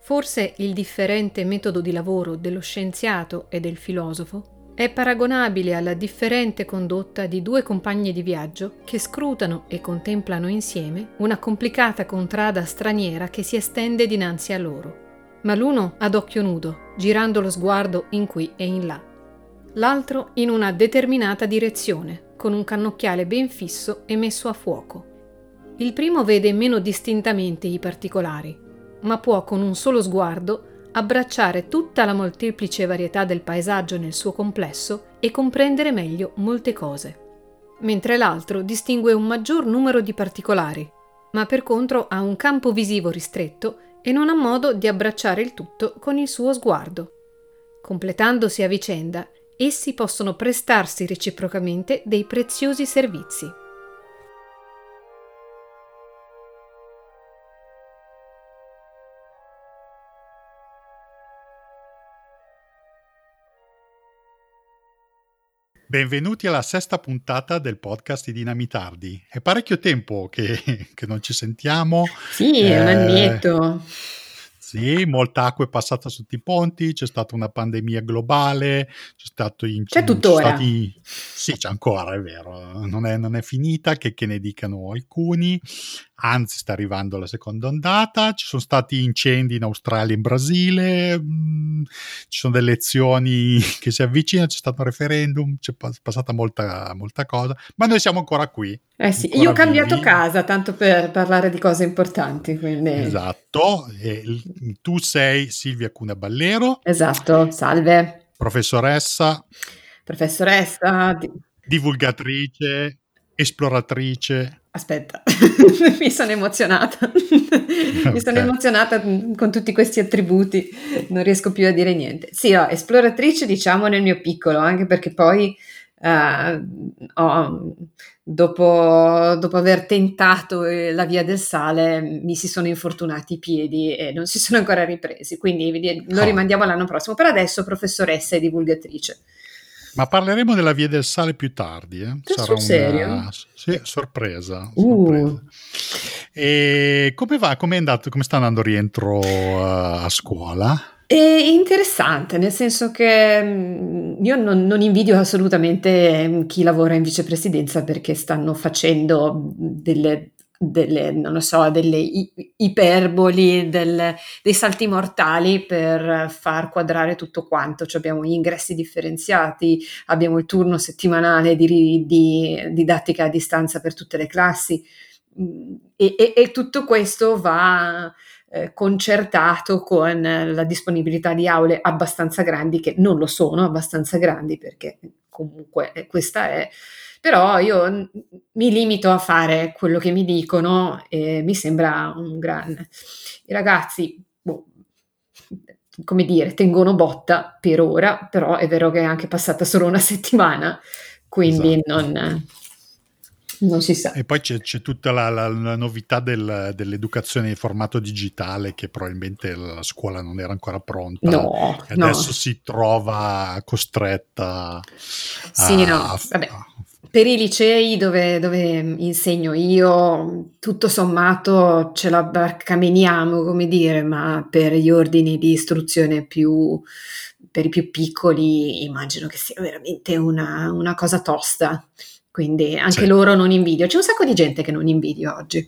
Forse il differente metodo di lavoro dello scienziato e del filosofo è paragonabile alla differente condotta di due compagni di viaggio che scrutano e contemplano insieme una complicata contrada straniera che si estende dinanzi a loro. Ma l'uno ad occhio nudo, girando lo sguardo in qui e in là. L'altro in una determinata direzione, con un cannocchiale ben fisso e messo a fuoco. Il primo vede meno distintamente i particolari, ma può con un solo sguardo abbracciare tutta la molteplice varietà del paesaggio nel suo complesso e comprendere meglio molte cose, mentre l'altro distingue un maggior numero di particolari, ma per contro ha un campo visivo ristretto e non ha modo di abbracciare il tutto con il suo sguardo. Completandosi a vicenda, essi possono prestarsi reciprocamente dei preziosi servizi. Benvenuti alla sesta puntata del podcast di Dinamitardi. È parecchio tempo che non ci sentiamo. Sì, è un annetto. Sì, molta acqua è passata sotto i ponti, c'è stata una pandemia globale, C'è tuttora. Sì, c'è ancora, è vero, non è finita, che ne dicano alcuni, anzi sta arrivando la seconda ondata, ci sono stati incendi in Australia e in Brasile, ci sono delle elezioni che si avvicinano, c'è stato un referendum, c'è passata molta cosa, ma noi siamo ancora qui. Sì, io ho cambiato casa, tanto per parlare di cose importanti, quindi... Esatto, tu sei Silvia Cuneo Ballero. Esatto, salve. Professoressa, divulgatrice, esploratrice. Aspetta, mi sono emozionata. Okay. Mi sono emozionata con tutti questi attributi, non riesco più a dire niente. Sì, esploratrice diciamo nel mio piccolo, anche perché poi dopo aver tentato la via del sale mi si sono infortunati i piedi e non si sono ancora ripresi, quindi lo rimandiamo all'anno prossimo. Per adesso professoressa e divulgatrice. Ma parleremo della via del sale più tardi, Sarà una serio? Sì, sorpresa. E come va? Come sta andando il rientro a scuola? È interessante, nel senso che io non invidio assolutamente chi lavora in vicepresidenza, perché stanno facendo delle non lo so, delle iperboli, dei salti mortali per far quadrare tutto quanto. Cioè abbiamo gli ingressi differenziati, abbiamo il turno settimanale di didattica a distanza per tutte le classi, e tutto questo va concertato con la disponibilità di aule abbastanza grandi, che non lo sono abbastanza grandi, perché comunque questa è. Però io mi limito a fare quello che mi dicono e mi sembra un gran... I ragazzi, come dire, tengono botta per ora, però è vero che è anche passata solo una settimana, quindi esatto. non si sa. E poi c'è tutta la novità dell'educazione in formato digitale, che probabilmente la scuola non era ancora pronta. No, e adesso si trova costretta vabbè. Per i licei dove insegno io, tutto sommato ce la barcameniamo, come dire, ma per gli ordini di istruzione per i più piccoli immagino che sia veramente una cosa tosta. Quindi anche loro non invidio. C'è un sacco di gente che non invidio oggi.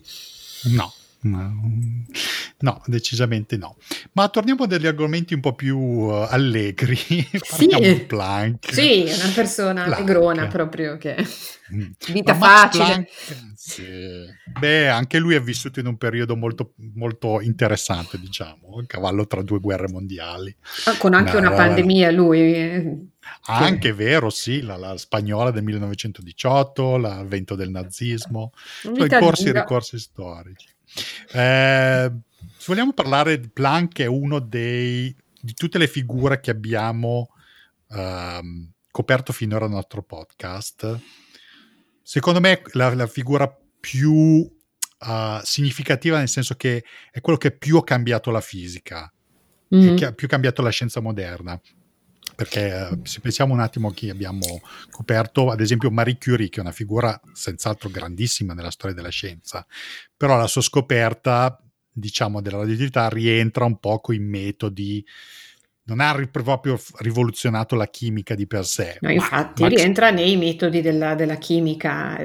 No, decisamente no. Ma torniamo a degli argomenti un po' più allegri. Parliamo di Planck. Sì, è una persona allegrona proprio, che vita Max facile. Planck, sì. Beh, anche lui è vissuto in un periodo molto, molto interessante, diciamo, il cavallo tra due guerre mondiali. Con anche una pandemia lui. Anche vero, sì, la spagnola del 1918, l'avvento del nazismo, cioè corsi e ricorsi storici. Se vogliamo parlare di Planck, è uno di tutte le figure che abbiamo coperto finora nel nostro podcast. Secondo me la figura più significativa, nel senso che è quello che più ha cambiato la fisica, che ha più cambiato la scienza moderna. Perché se pensiamo un attimo a chi abbiamo coperto, ad esempio Marie Curie, che è una figura senz'altro grandissima nella storia della scienza, però la sua scoperta diciamo, della radioattività rientra un poco in metodi, non ha proprio rivoluzionato la chimica di per sé. No, infatti rientra nei metodi della chimica,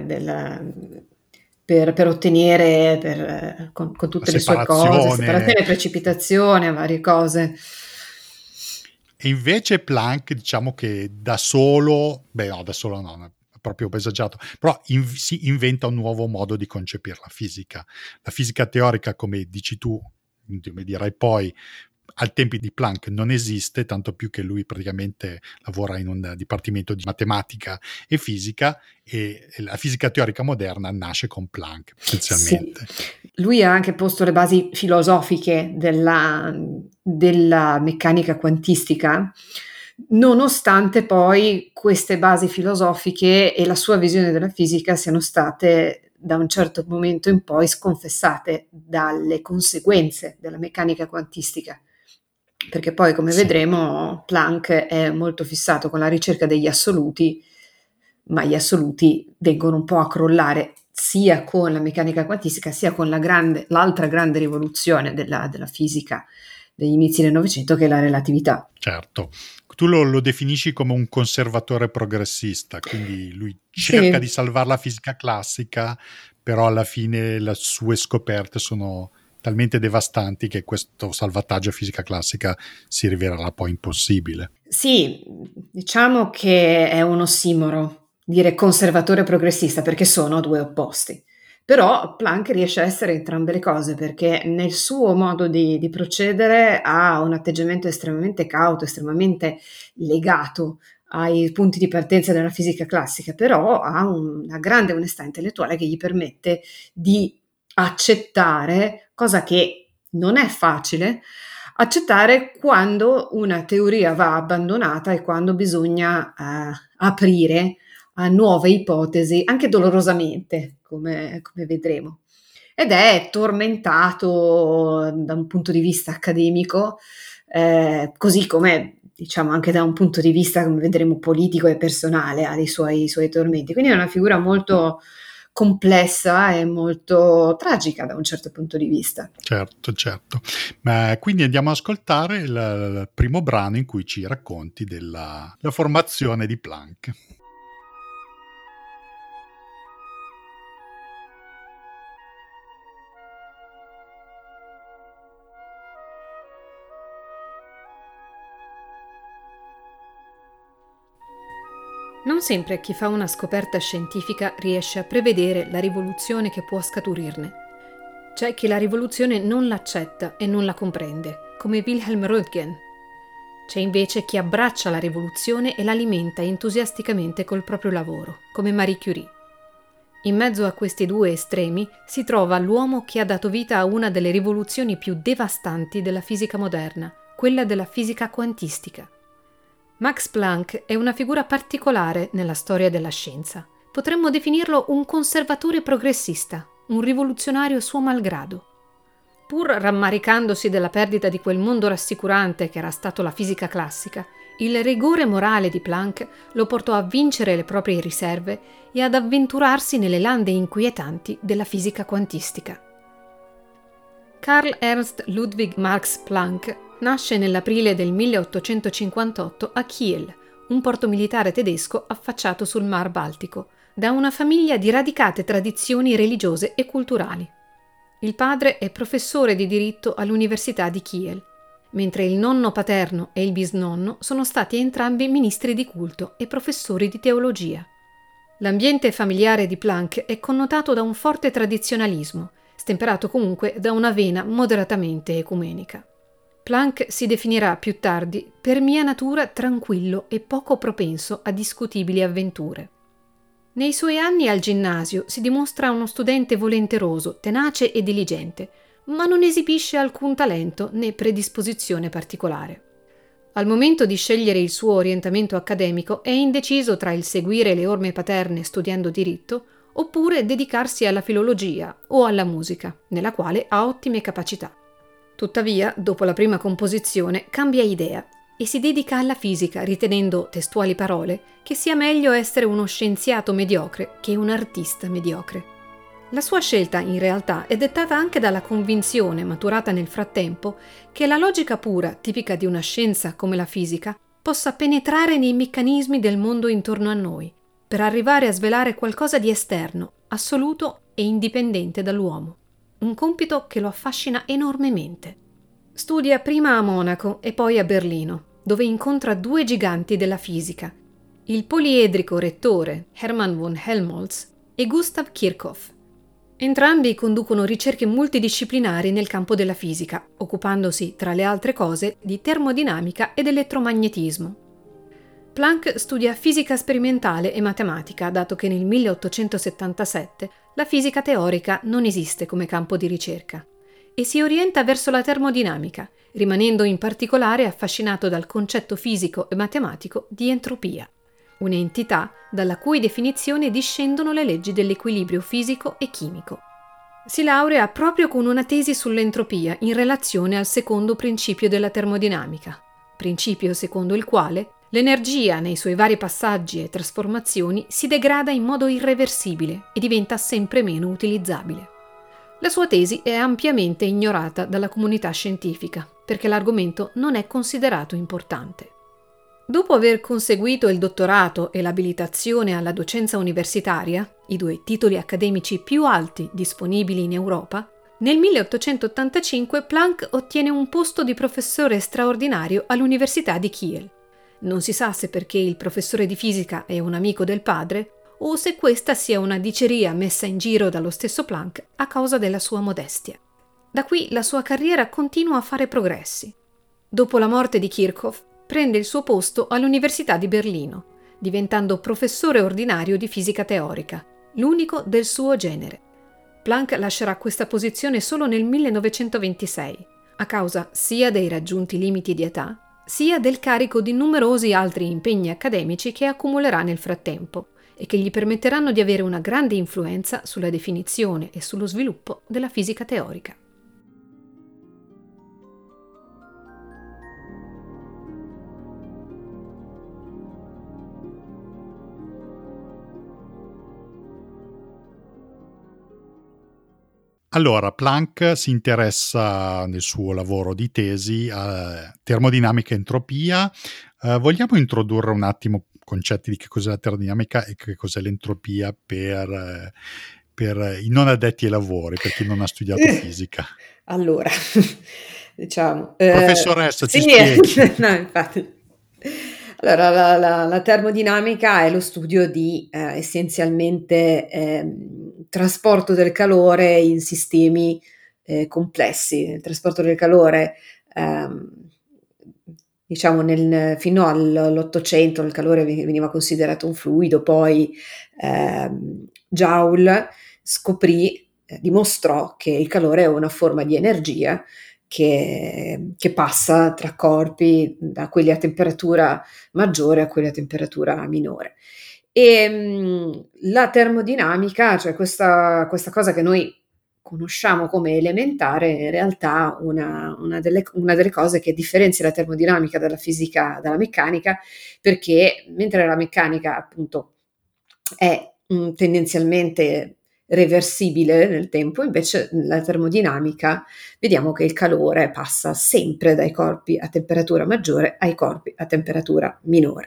per ottenere con tutte le sue cose, separazione, precipitazione, varie cose. E invece Planck, diciamo che da solo no, proprio esagerato, però si inventa un nuovo modo di concepire la fisica. La fisica teorica, come dici tu, mi dirai poi, al tempi di Planck non esiste, tanto più che lui praticamente lavora in un dipartimento di matematica e fisica, e la fisica teorica moderna nasce con Planck, essenzialmente. Sì. Lui ha anche posto le basi filosofiche della meccanica quantistica, nonostante poi queste basi filosofiche e la sua visione della fisica siano state da un certo momento in poi sconfessate dalle conseguenze della meccanica quantistica. Perché poi, come vedremo, Planck è molto fissato con la ricerca degli assoluti, ma gli assoluti vengono un po' a crollare sia con la meccanica quantistica, sia con l'altra grande rivoluzione della fisica degli inizi del Novecento, che è la relatività. Certo. Tu lo definisci come un conservatore progressista, quindi lui cerca di salvare la fisica classica, però alla fine le sue scoperte sono talmente devastanti che questo salvataggio a fisica classica si rivelerà poi impossibile. Sì, diciamo che è un ossimoro dire conservatore progressista, perché sono due opposti. Però Planck riesce a essere entrambe le cose, perché nel suo modo di procedere ha un atteggiamento estremamente cauto, estremamente legato ai punti di partenza della fisica classica, però ha una grande onestà intellettuale che gli permette di accettare, cosa che non è facile, accettare quando una teoria va abbandonata e quando bisogna aprire a nuove ipotesi, anche dolorosamente, come vedremo. Ed è tormentato da un punto di vista accademico, così come diciamo anche da un punto di vista, come vedremo, politico e personale, ha i suoi tormenti. Quindi è una figura molto complessa e molto tragica da un certo punto di vista. Certo. Ma quindi andiamo ad ascoltare il primo brano in cui ci racconti della formazione di Planck. Non sempre chi fa una scoperta scientifica riesce a prevedere la rivoluzione che può scaturirne. C'è chi la rivoluzione non l'accetta e non la comprende, come Wilhelm Röntgen. C'è invece chi abbraccia la rivoluzione e l'alimenta entusiasticamente col proprio lavoro, come Marie Curie. In mezzo a questi due estremi si trova l'uomo che ha dato vita a una delle rivoluzioni più devastanti della fisica moderna, quella della fisica quantistica. Max Planck è una figura particolare nella storia della scienza. Potremmo definirlo un conservatore progressista, un rivoluzionario suo malgrado. Pur rammaricandosi della perdita di quel mondo rassicurante che era stato la fisica classica, il rigore morale di Planck lo portò a vincere le proprie riserve e ad avventurarsi nelle lande inquietanti della fisica quantistica. Carl Ernst Ludwig Max Planck nasce nell'aprile del 1858 a Kiel, un porto militare tedesco affacciato sul Mar Baltico, da una famiglia di radicate tradizioni religiose e culturali. Il padre è professore di diritto all'Università di Kiel, mentre il nonno paterno e il bisnonno sono stati entrambi ministri di culto e professori di teologia. L'ambiente familiare di Planck è connotato da un forte tradizionalismo, stemperato comunque da una vena moderatamente ecumenica. Planck si definirà più tardi per mia natura tranquillo e poco propenso a discutibili avventure. Nei suoi anni al ginnasio si dimostra uno studente volenteroso, tenace e diligente, ma non esibisce alcun talento né predisposizione particolare. Al momento di scegliere il suo orientamento accademico è indeciso tra il seguire le orme paterne studiando diritto oppure dedicarsi alla filologia o alla musica, nella quale ha ottime capacità. Tuttavia, dopo la prima composizione, cambia idea e si dedica alla fisica, ritenendo, testuali parole, che sia meglio essere uno scienziato mediocre che un artista mediocre. La sua scelta, in realtà, è dettata anche dalla convinzione, maturata nel frattempo, che la logica pura, tipica di una scienza come la fisica, possa penetrare nei meccanismi del mondo intorno a noi, per arrivare a svelare qualcosa di esterno, assoluto e indipendente dall'uomo. Un compito che lo affascina enormemente. Studia prima a Monaco e poi a Berlino, dove incontra due giganti della fisica, il poliedrico rettore Hermann von Helmholtz e Gustav Kirchhoff. Entrambi conducono ricerche multidisciplinari nel campo della fisica, occupandosi, tra le altre cose, di termodinamica ed elettromagnetismo. Planck studia fisica sperimentale e matematica, dato che nel 1877 la fisica teorica non esiste come campo di ricerca, e si orienta verso la termodinamica, rimanendo in particolare affascinato dal concetto fisico e matematico di entropia, un'entità dalla cui definizione discendono le leggi dell'equilibrio fisico e chimico. Si laurea proprio con una tesi sull'entropia in relazione al secondo principio della termodinamica, principio secondo il quale l'energia nei suoi vari passaggi e trasformazioni si degrada in modo irreversibile e diventa sempre meno utilizzabile. La sua tesi è ampiamente ignorata dalla comunità scientifica, perché l'argomento non è considerato importante. Dopo aver conseguito il dottorato e l'abilitazione alla docenza universitaria, i due titoli accademici più alti disponibili in Europa, nel 1885 Planck ottiene un posto di professore straordinario all'Università di Kiel. Non si sa se perché il professore di fisica è un amico del padre o se questa sia una diceria messa in giro dallo stesso Planck a causa della sua modestia. Da qui la sua carriera continua a fare progressi. Dopo la morte di Kirchhoff, prende il suo posto all'Università di Berlino, diventando professore ordinario di fisica teorica, l'unico del suo genere. Planck lascerà questa posizione solo nel 1926, a causa sia dei raggiunti limiti di età, sia del carico di numerosi altri impegni accademici che accumulerà nel frattempo e che gli permetteranno di avere una grande influenza sulla definizione e sullo sviluppo della fisica teorica. Allora, Planck si interessa nel suo lavoro di tesi a termodinamica e entropia. Vogliamo introdurre un attimo concetti di che cos'è la termodinamica e che cos'è l'entropia per i non addetti ai lavori, per chi non ha studiato fisica? Allora, diciamo... Professoressa, sì, ci spieghi. no, infatti. Allora, la termodinamica è lo studio di essenzialmente trasporto del calore in sistemi complessi. Il trasporto del calore, diciamo, fino all'Ottocento il calore veniva considerato un fluido, poi Joule dimostrò che il calore è una forma di energia che passa tra corpi, da quelli a temperatura maggiore a quelli a temperatura minore. E la termodinamica, cioè questa cosa che noi conosciamo come elementare, in realtà una delle cose che differenzia la termodinamica dalla fisica, dalla meccanica, perché mentre la meccanica appunto è tendenzialmente reversibile nel tempo, invece la termodinamica vediamo che il calore passa sempre dai corpi a temperatura maggiore ai corpi a temperatura minore.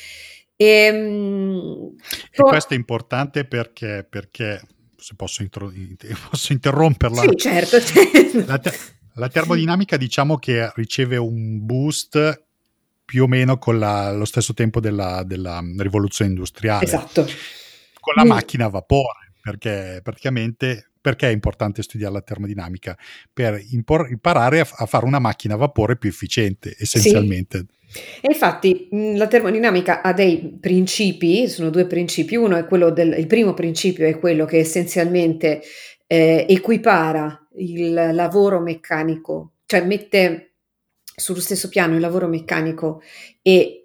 E questo è importante perché se posso interromperla. Sì, certo. La termodinamica, diciamo che riceve un boost più o meno con lo stesso tempo della rivoluzione industriale. Esatto. Con la macchina a vapore, perché praticamente... Perché è importante studiare la termodinamica? Per imparare a fare una macchina a vapore più efficiente, essenzialmente. Sì. E infatti la termodinamica ha dei principi, sono due principi. Uno è quello il primo principio è quello che essenzialmente equipara il lavoro meccanico, cioè mette sullo stesso piano il lavoro meccanico e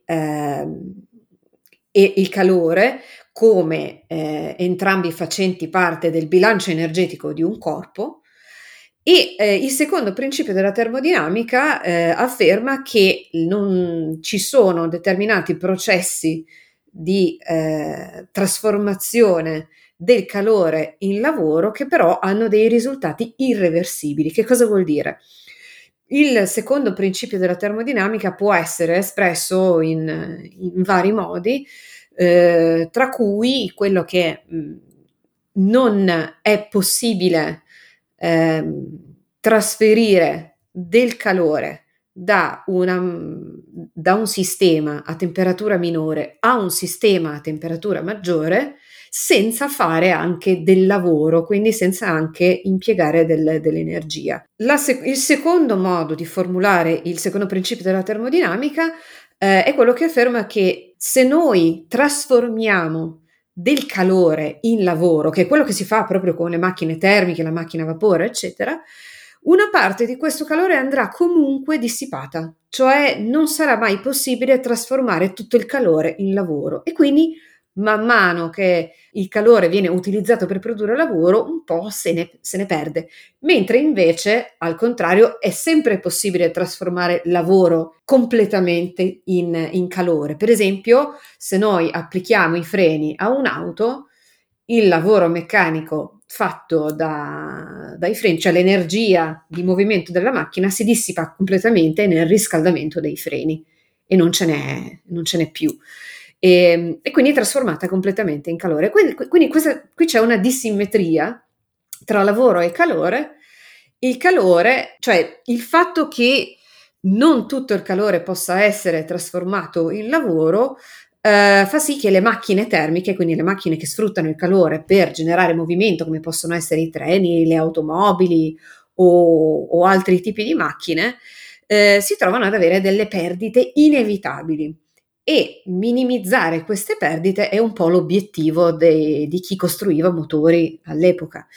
il calore come entrambi facenti parte del bilancio energetico di un corpo. E il secondo principio della termodinamica afferma che non ci sono determinati processi di trasformazione del calore in lavoro che però hanno dei risultati irreversibili. Che cosa vuol dire? Il secondo principio della termodinamica può essere espresso in vari modi, tra cui quello che non è possibile trasferire del calore da un sistema a temperatura minore a un sistema a temperatura maggiore senza fare anche del lavoro, quindi senza anche impiegare dell'energia. Il secondo modo di formulare il secondo principio della termodinamica è quello che afferma che se noi trasformiamo del calore in lavoro, che è quello che si fa proprio con le macchine termiche, la macchina a vapore, eccetera, una parte di questo calore andrà comunque dissipata, cioè non sarà mai possibile trasformare tutto il calore in lavoro e quindi man mano che il calore viene utilizzato per produrre lavoro, un po' se ne perde. Mentre invece, al contrario, è sempre possibile trasformare lavoro completamente in calore. Per esempio, se noi applichiamo i freni a un'auto, il lavoro meccanico fatto dai freni, cioè l'energia di movimento della macchina, si dissipa completamente nel riscaldamento dei freni e non ce n'è più. E quindi è trasformata completamente in calore. Quindi qui c'è una dissimmetria tra lavoro e calore. Il calore, cioè il fatto che non tutto il calore possa essere trasformato in lavoro, fa sì che le macchine termiche, quindi le macchine che sfruttano il calore per generare movimento, come possono essere i treni, le automobili o altri tipi di macchine, si trovano ad avere delle perdite inevitabili. E minimizzare queste perdite è un po' l'obiettivo di chi costruiva motori all'epoca.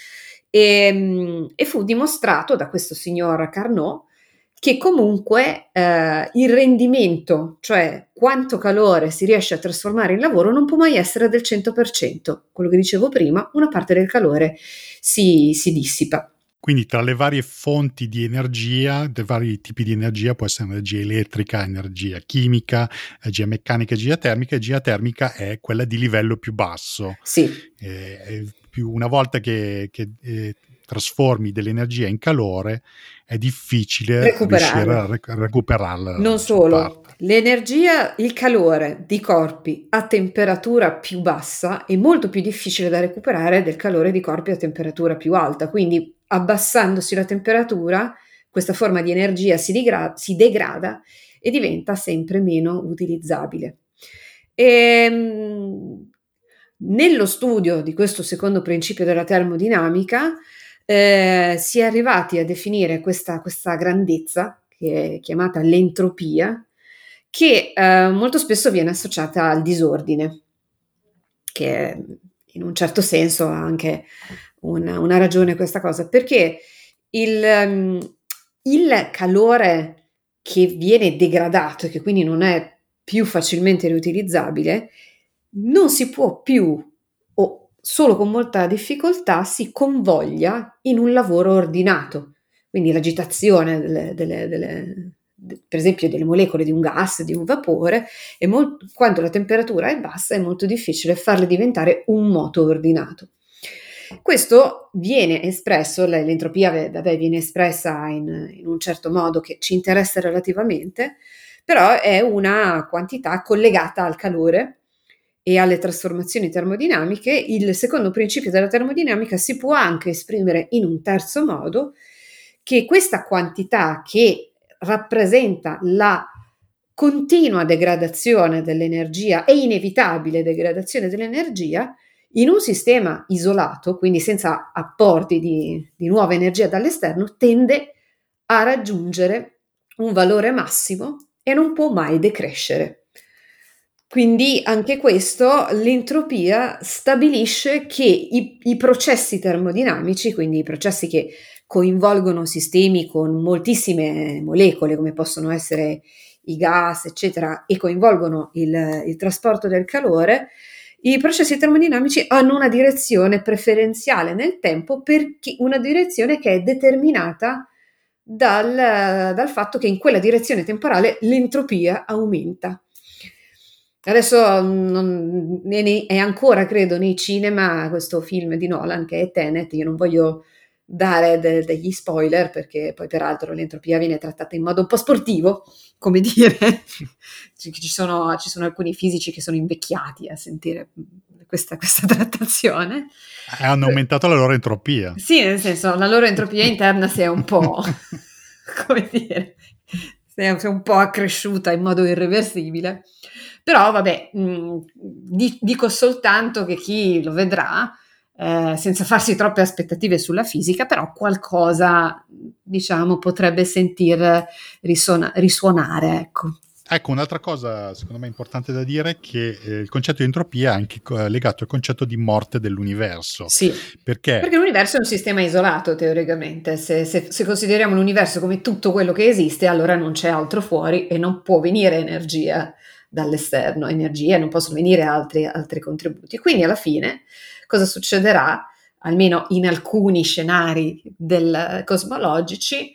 E fu dimostrato da questo signor Carnot che comunque il rendimento, cioè quanto calore si riesce a trasformare in lavoro, non può mai essere del 100%. Quello che dicevo prima, una parte del calore si dissipa. Quindi tra le varie fonti di energia, dei vari tipi di energia, può essere energia elettrica, energia chimica, energia meccanica, energia termica. Energia termica è quella di livello più basso. Sì. Una volta che trasformi dell'energia in calore, è difficile riuscire a recuperarla. Non solo, l'energia, il calore di corpi a temperatura più bassa è molto più difficile da recuperare del calore di corpi a temperatura più alta, quindi abbassandosi la temperatura, questa forma di energia si degrada e diventa sempre meno utilizzabile. Nello studio di questo secondo principio della termodinamica si è arrivati a definire questa grandezza, che è chiamata l'entropia, che molto spesso viene associata al disordine, che in un certo senso ha anche una ragione questa cosa, perché il calore che viene degradato e che quindi non è più facilmente riutilizzabile, non si può più, o solo con molta difficoltà, si convoglia in un lavoro ordinato. Quindi l'agitazione per esempio delle molecole di un gas, di un vapore, quando la temperatura è bassa è molto difficile farle diventare un moto ordinato. Questo viene espresso, l'entropia viene espressa in un certo modo che ci interessa relativamente, però è una quantità collegata al calore e alle trasformazioni termodinamiche. Il secondo principio della termodinamica si può anche esprimere in un terzo modo, che questa quantità che rappresenta la continua degradazione dell'energia e inevitabile degradazione dell'energia in un sistema isolato, quindi senza apporti di nuova energia dall'esterno, tende a raggiungere un valore massimo e non può mai decrescere. Quindi anche questo, l'entropia stabilisce che i processi termodinamici, quindi i processi che coinvolgono sistemi con moltissime molecole, come possono essere i gas, eccetera, e coinvolgono il trasporto del calore, i processi termodinamici hanno una direzione preferenziale nel tempo, perché una direzione che è determinata dal fatto che in quella direzione temporale l'entropia aumenta. Adesso è ancora, credo, nei cinema questo film di Nolan che è Tenet. Io non voglio dare degli spoiler perché poi peraltro l'entropia viene trattata in modo un po' sportivo, come dire. ci sono alcuni fisici che sono invecchiati a sentire questa trattazione. Hanno aumentato la loro entropia. Sì, nel senso, la loro entropia interna si è un po', come dire, si è un po' accresciuta in modo irreversibile. Però vabbè, dico soltanto che chi lo vedrà, senza farsi troppe aspettative sulla fisica, però qualcosa, diciamo, potrebbe sentir risuonare, ecco. Ecco, un'altra cosa secondo me importante da dire è che il concetto di entropia è anche legato al concetto di morte dell'universo. Sì, perché l'universo è un sistema isolato teoricamente. Se consideriamo l'universo come tutto quello che esiste, allora non c'è altro fuori e non può venire energia dall'esterno, non possono venire altri contributi. Quindi alla fine cosa succederà, almeno in alcuni scenari cosmologici,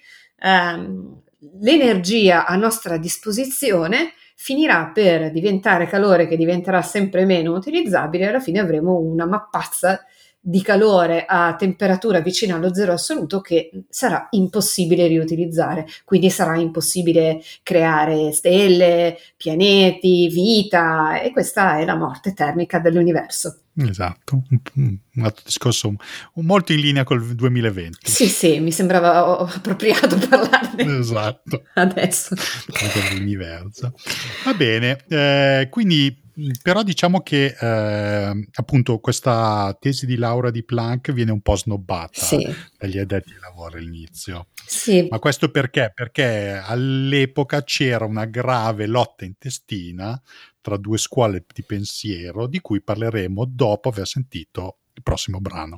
l'energia a nostra disposizione finirà per diventare calore che diventerà sempre meno utilizzabile e alla fine avremo una mappazza di calore a temperatura vicina allo zero assoluto che sarà impossibile riutilizzare, quindi sarà impossibile creare stelle, pianeti, vita, e questa è la morte termica dell'universo. Esatto, un altro discorso molto in linea col 2020. Sì, mi sembrava appropriato parlarne. Esatto. Adesso. Dell'universo. Va bene, quindi però diciamo che appunto questa tesi di laurea di Planck viene un po' snobbata dagli addetti ai lavori all'inizio. Sì. Ma questo perché? Perché all'epoca c'era una grave lotta intestina tra due scuole di pensiero di cui parleremo dopo aver sentito il prossimo brano.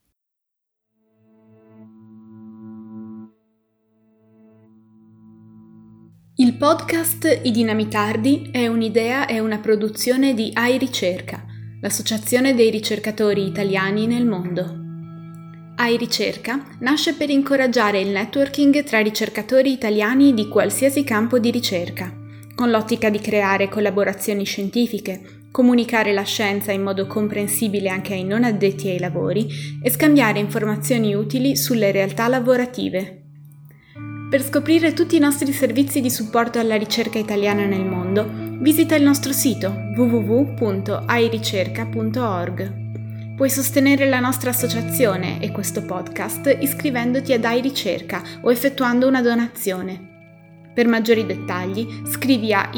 Il podcast I Dinamitardi è un'idea e una produzione di AI Ricerca, l'associazione dei ricercatori italiani nel mondo. AI Ricerca nasce per incoraggiare il networking tra ricercatori italiani di qualsiasi campo di ricerca, con l'ottica di creare collaborazioni scientifiche, comunicare la scienza in modo comprensibile anche ai non addetti ai lavori e scambiare informazioni utili sulle realtà lavorative. Per scoprire tutti i nostri servizi di supporto alla ricerca italiana nel mondo, visita il nostro sito www.airicerca.org. Puoi sostenere la nostra associazione e questo podcast iscrivendoti ad AI Ricerca o effettuando una donazione. Per maggiori dettagli scrivi a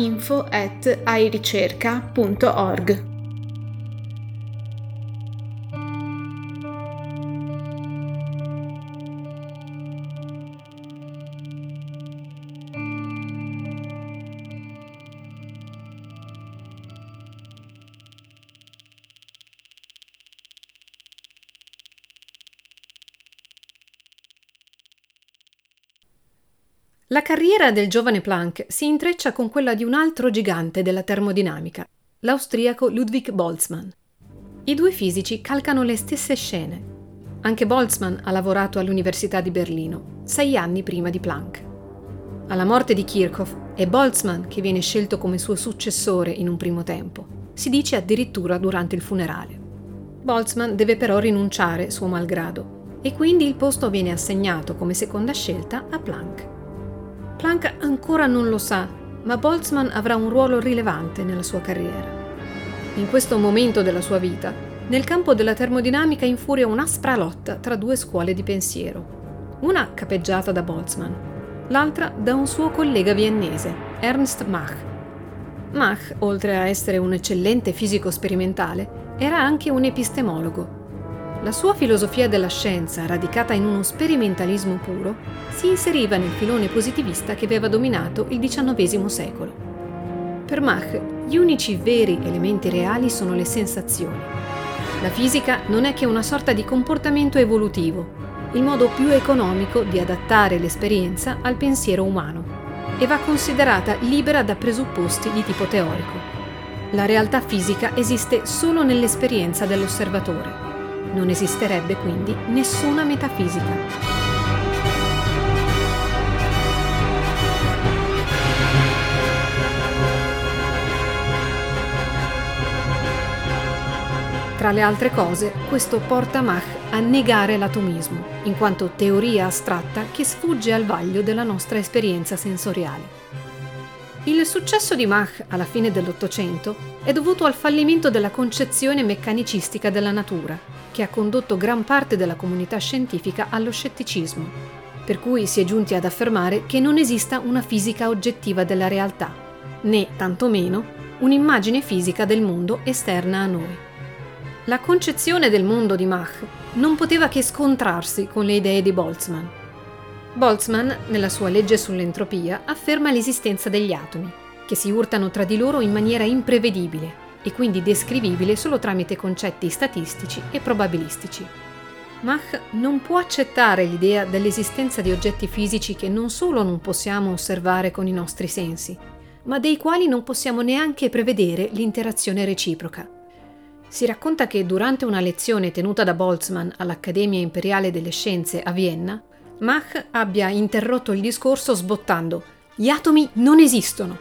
info@airicerca.org. La carriera del giovane Planck si intreccia con quella di un altro gigante della termodinamica, l'austriaco Ludwig Boltzmann. I due fisici calcano le stesse scene. Anche Boltzmann ha lavorato all'Università di Berlino, 6 anni prima di Planck. Alla morte di Kirchhoff è Boltzmann che viene scelto come suo successore in un primo tempo. Si dice addirittura durante il funerale. Boltzmann deve però rinunciare suo malgrado e quindi il posto viene assegnato come seconda scelta a Planck. Planck ancora non lo sa, ma Boltzmann avrà un ruolo rilevante nella sua carriera. In questo momento della sua vita, nel campo della termodinamica infuria un'aspra lotta tra due scuole di pensiero, una capeggiata da Boltzmann, l'altra da un suo collega viennese, Ernst Mach. Mach, oltre a essere un eccellente fisico sperimentale, era anche un epistemologo. La sua filosofia della scienza, radicata in uno sperimentalismo puro, si inseriva nel filone positivista che aveva dominato il XIX secolo. Per Mach, gli unici veri elementi reali sono le sensazioni. La fisica non è che una sorta di comportamento evolutivo, il modo più economico di adattare l'esperienza al pensiero umano, e va considerata libera da presupposti di tipo teorico. La realtà fisica esiste solo nell'esperienza dell'osservatore. Non esisterebbe quindi nessuna metafisica. tra le altre cose, questo porta Mach a negare l'atomismo, in quanto teoria astratta che sfugge al vaglio della nostra esperienza sensoriale. Il successo di Mach alla fine dell'Ottocento è dovuto al fallimento della concezione meccanicistica della natura, che ha condotto gran parte della comunità scientifica allo scetticismo, per cui si è giunti ad affermare che non esista una fisica oggettiva della realtà, né tantomeno un'immagine fisica del mondo esterna a noi. La concezione del mondo di Mach non poteva che scontrarsi con le idee di Boltzmann. Boltzmann, nella sua legge sull'entropia, afferma l'esistenza degli atomi, che si urtano tra di loro in maniera imprevedibile e quindi descrivibile solo tramite concetti statistici e probabilistici. Mach non può accettare l'idea dell'esistenza di oggetti fisici che non solo non possiamo osservare con i nostri sensi, ma dei quali non possiamo neanche prevedere l'interazione reciproca. Si racconta che durante una lezione tenuta da Boltzmann all'Accademia Imperiale delle Scienze a Vienna, Mach abbia interrotto il discorso sbottando: «Gli atomi non esistono!».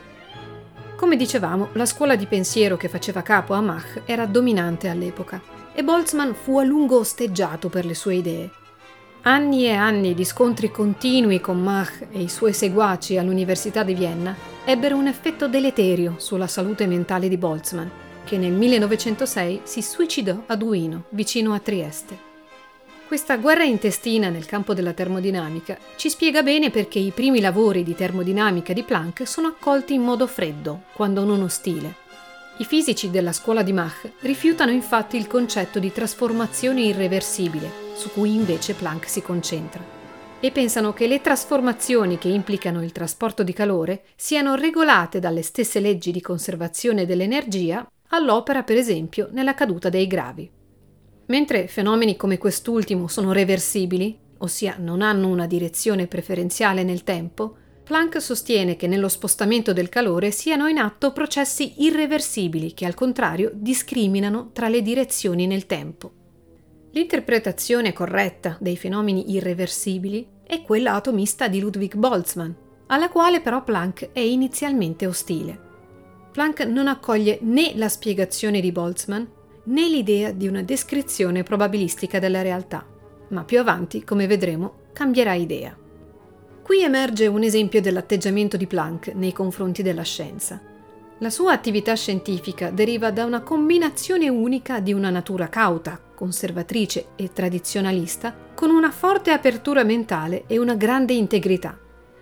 Come dicevamo, la scuola di pensiero che faceva capo a Mach era dominante all'epoca e Boltzmann fu a lungo osteggiato per le sue idee. Anni e anni di scontri continui con Mach e i suoi seguaci all'Università di Vienna ebbero un effetto deleterio sulla salute mentale di Boltzmann, che nel 1906 si suicidò a Duino, vicino a Trieste. Questa guerra intestina nel campo della termodinamica ci spiega bene perché i primi lavori di termodinamica di Planck sono accolti in modo freddo, quando non ostile. I fisici della scuola di Mach rifiutano infatti il concetto di trasformazione irreversibile, su cui invece Planck si concentra, e pensano che le trasformazioni che implicano il trasporto di calore siano regolate dalle stesse leggi di conservazione dell'energia all'opera, per esempio, nella caduta dei gravi. Mentre fenomeni come quest'ultimo sono reversibili, ossia non hanno una direzione preferenziale nel tempo, Planck sostiene che nello spostamento del calore siano in atto processi irreversibili che al contrario discriminano tra le direzioni nel tempo. L'interpretazione corretta dei fenomeni irreversibili è quella atomista di Ludwig Boltzmann, alla quale però Planck è inizialmente ostile. Planck non accoglie né la spiegazione di Boltzmann né l'idea di una descrizione probabilistica della realtà, ma più avanti, come vedremo, cambierà idea. Qui emerge un esempio dell'atteggiamento di Planck nei confronti della scienza. La sua attività scientifica deriva da una combinazione unica di una natura cauta, conservatrice e tradizionalista, con una forte apertura mentale e una grande integrità.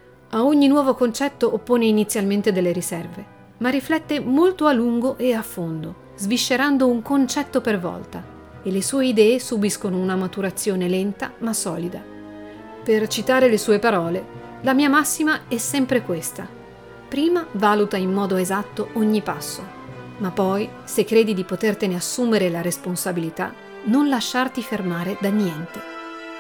A ogni nuovo concetto oppone inizialmente delle riserve, ma riflette molto a lungo e a fondo, sviscerando un concetto per volta, e le sue idee subiscono una maturazione lenta ma solida. Per citare le sue parole, la mia massima è sempre questa: prima valuta in modo esatto ogni passo, ma poi, se credi di potertene assumere la responsabilità, non lasciarti fermare da niente.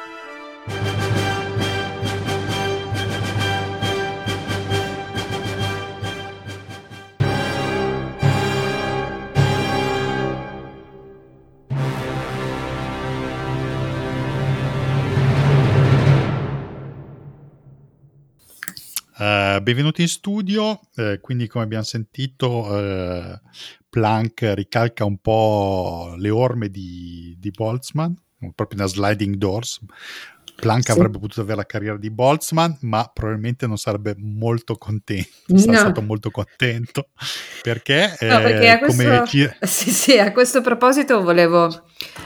Benvenuti in studio. Quindi, come abbiamo sentito, Planck ricalca un po' le orme di Boltzmann, proprio una sliding doors. Planck avrebbe potuto avere la carriera di Boltzmann, ma probabilmente non sarebbe molto contento. Sarà stato molto contento perché, perché a questo proposito volevo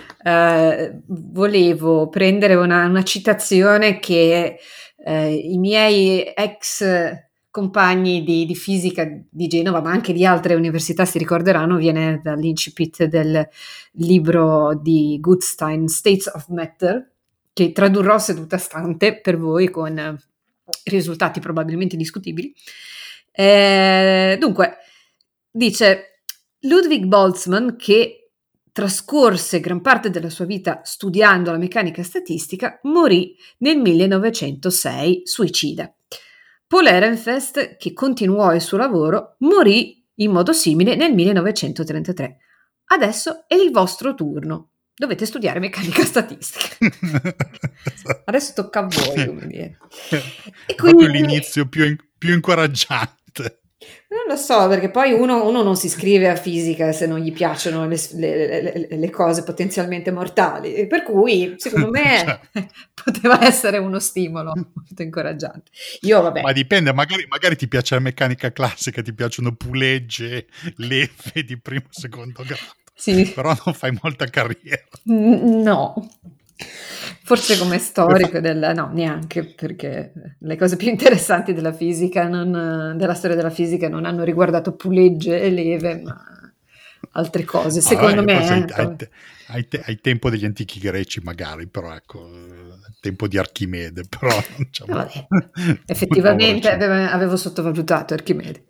prendere una citazione che i miei ex compagni di fisica di Genova, ma anche di altre università, si ricorderanno, viene dall'incipit del libro di Goodstein, States of Matter, che tradurrò seduta stante per voi con risultati probabilmente discutibili. Dunque, dice Ludwig Boltzmann, che trascorse gran parte della sua vita studiando la meccanica statistica, morì nel 1906 suicida. Paul Ehrenfest, che continuò il suo lavoro, morì in modo simile nel 1933. Adesso è il vostro turno. Dovete studiare meccanica statistica. Adesso tocca a voi, come dire. E quindi proprio l'inizio più incoraggiante. Non lo so, perché poi uno non si iscrive a fisica se non gli piacciono le cose potenzialmente mortali, per cui secondo me poteva essere uno stimolo molto incoraggiante. Io, vabbè. Ma dipende, magari ti piace la meccanica classica, ti piacciono pulegge, leve di primo e secondo grado, Sì. Però non fai molta carriera. No. Forse come storico no, neanche, perché le cose più interessanti della fisica, della storia della fisica, non hanno riguardato pulegge e leve, ma altre cose, secondo me. Ai tempo degli antichi greci magari, però ecco, tempo di Archimede, però diciamo, vabbè, effettivamente avevo sottovalutato Archimede.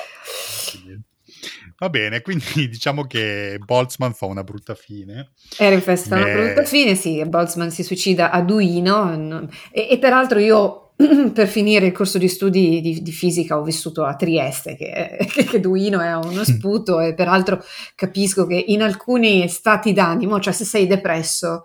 Va bene, quindi diciamo che Boltzmann fa una brutta fine. Ehrenfest fa una brutta fine, sì, Boltzmann si suicida a Duino e peraltro io per finire il corso di studi di fisica ho vissuto a Trieste, che Duino è uno sputo, e peraltro capisco che in alcuni stati d'animo, cioè se sei depresso,